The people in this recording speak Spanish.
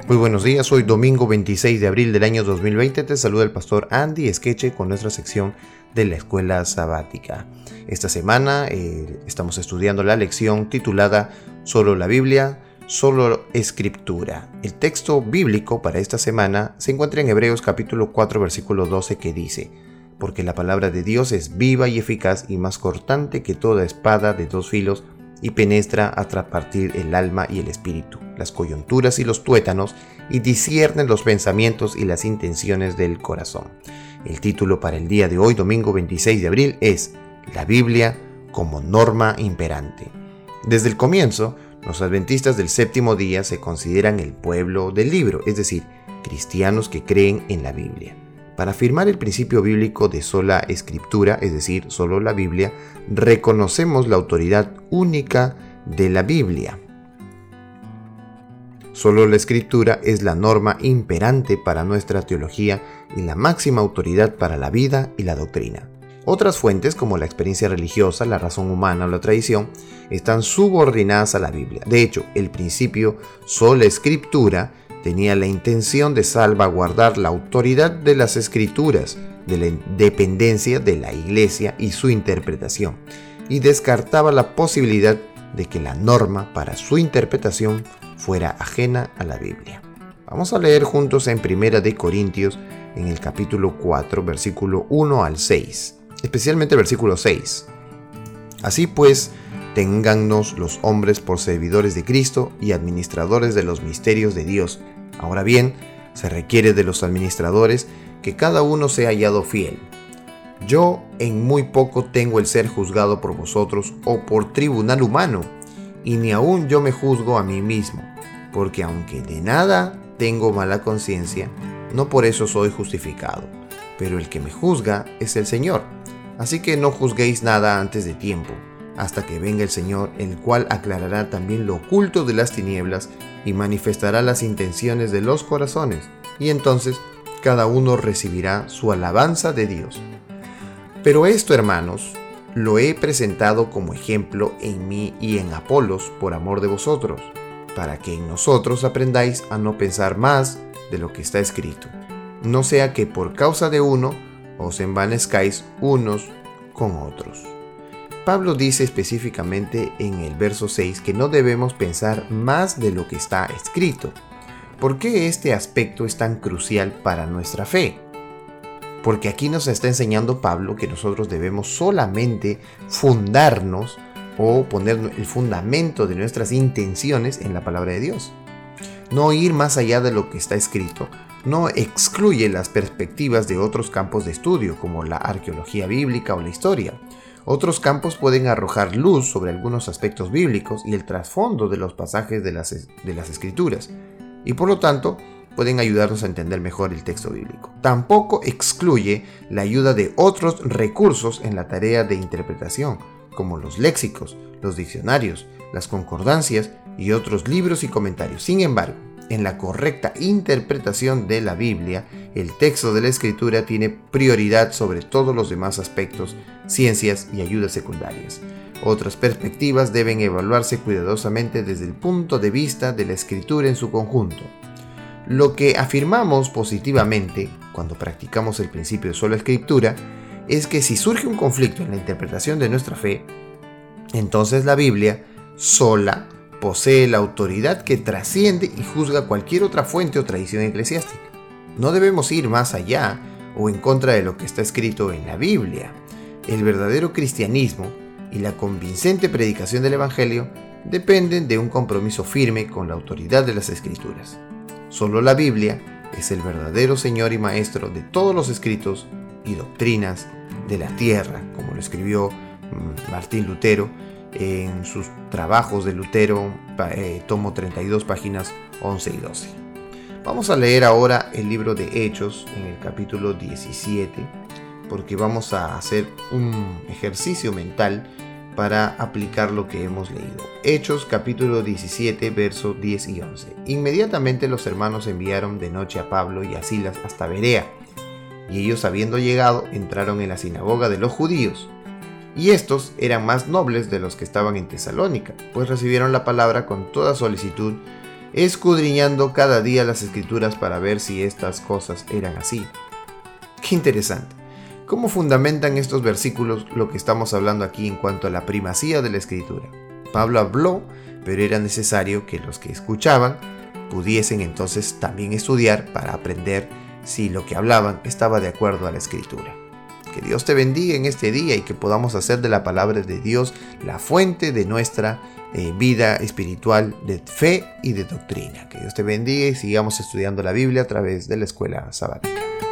Muy buenos días, hoy domingo 26 de abril del año 2020 te saluda el pastor Andy Esqueche con nuestra sección de la escuela sabática. Esta semana estamos estudiando la lección titulada Solo la Biblia, solo Escritura. El texto bíblico para esta semana se encuentra en Hebreos capítulo 4 versículo 12 que dice: porque la palabra de Dios es viva y eficaz y más cortante que toda espada de dos filos y penetra hasta partir el alma y el espíritu, las coyunturas y los tuétanos, y discierne los pensamientos y las intenciones del corazón. El título para el día de hoy, domingo 26 de abril, es La Biblia como norma imperante. Desde el comienzo, los adventistas del séptimo día se consideran el pueblo del libro, es decir, cristianos que creen en la Biblia. Para afirmar el principio bíblico de sola escritura, es decir, solo la Biblia, reconocemos la autoridad única de la Biblia. Solo la escritura es la norma imperante para nuestra teología y la máxima autoridad para la vida y la doctrina. Otras fuentes, como la experiencia religiosa, la razón humana o la tradición, están subordinadas a la Biblia. De hecho, el principio sola escritura tenía la intención de salvaguardar la autoridad de las escrituras, de la independencia de la iglesia y su interpretación, y descartaba la posibilidad de que la norma para su interpretación fuera ajena a la Biblia. Vamos a leer juntos en 1 de Corintios, en el capítulo 4, versículo 1 al 6, especialmente el versículo 6. Así pues, téngannos los hombres por servidores de Cristo y administradores de los misterios de Dios. Ahora bien, se requiere de los administradores que cada uno sea hallado fiel. Yo en muy poco tengo el ser juzgado por vosotros o por tribunal humano, y ni aun yo me juzgo a mí mismo, porque aunque de nada tengo mala conciencia, no por eso soy justificado, pero el que me juzga es el Señor. Así que no juzguéis nada antes de tiempo, hasta que venga el Señor, el cual aclarará también lo oculto de las tinieblas y manifestará las intenciones de los corazones, y entonces cada uno recibirá su alabanza de Dios. Pero esto, hermanos, lo he presentado como ejemplo en mí y en Apolos por amor de vosotros, para que en nosotros aprendáis a no pensar más de lo que está escrito, no sea que por causa de uno os envanezcáis unos con otros. Pablo dice específicamente en el verso 6 que no debemos pensar más de lo que está escrito. ¿Por qué este aspecto es tan crucial para nuestra fe? Porque aquí nos está enseñando Pablo que nosotros debemos solamente fundarnos o poner el fundamento de nuestras intenciones en la palabra de Dios. No ir más allá de lo que está escrito no excluye las perspectivas de otros campos de estudio, como la arqueología bíblica o la historia. Otros campos pueden arrojar luz sobre algunos aspectos bíblicos y el trasfondo de los pasajes de las Escrituras, y por lo tanto pueden ayudarnos a entender mejor el texto bíblico. Tampoco excluye la ayuda de otros recursos en la tarea de interpretación, como los léxicos, los diccionarios, las concordancias y otros libros y comentarios. Sin embargo, en la correcta interpretación de la Biblia, el texto de la Escritura tiene prioridad sobre todos los demás aspectos, ciencias y ayudas secundarias. Otras perspectivas deben evaluarse cuidadosamente desde el punto de vista de la Escritura en su conjunto. Lo que afirmamos positivamente cuando practicamos el principio de sola escritura es que si surge un conflicto en la interpretación de nuestra fe, entonces la Biblia sola posee la autoridad que trasciende y juzga cualquier otra fuente o tradición eclesiástica. No debemos ir más allá o en contra de lo que está escrito en la Biblia. El verdadero cristianismo y la convincente predicación del Evangelio dependen de un compromiso firme con la autoridad de las Escrituras. Solo la Biblia es el verdadero Señor y Maestro de todos los escritos y doctrinas de la tierra, como lo escribió Martín Lutero en sus trabajos de Lutero, tomo 32, páginas 11 y 12. Vamos a leer ahora el libro de Hechos en el capítulo 17, porque vamos a hacer un ejercicio mental para aplicar lo que hemos leído. Hechos capítulo 17, versos 10 y 11. Inmediatamente los hermanos enviaron de noche a Pablo y a Silas hasta Berea, y ellos, habiendo llegado, entraron en la sinagoga de los judíos. Y estos eran más nobles de los que estaban en Tesalónica, pues recibieron la palabra con toda solicitud escudriñando cada día las escrituras para ver si estas cosas eran así. Qué interesante. ¿Cómo fundamentan estos versículos lo que estamos hablando aquí en cuanto a la primacía de la escritura? Pablo habló, pero era necesario que los que escuchaban pudiesen entonces también estudiar para aprender si lo que hablaban estaba de acuerdo a la escritura. Que Dios te bendiga en este día y que podamos hacer de la palabra de Dios la fuente de nuestra vida espiritual de fe y de doctrina. Que Dios te bendiga y sigamos estudiando la Biblia a través de la escuela sabática.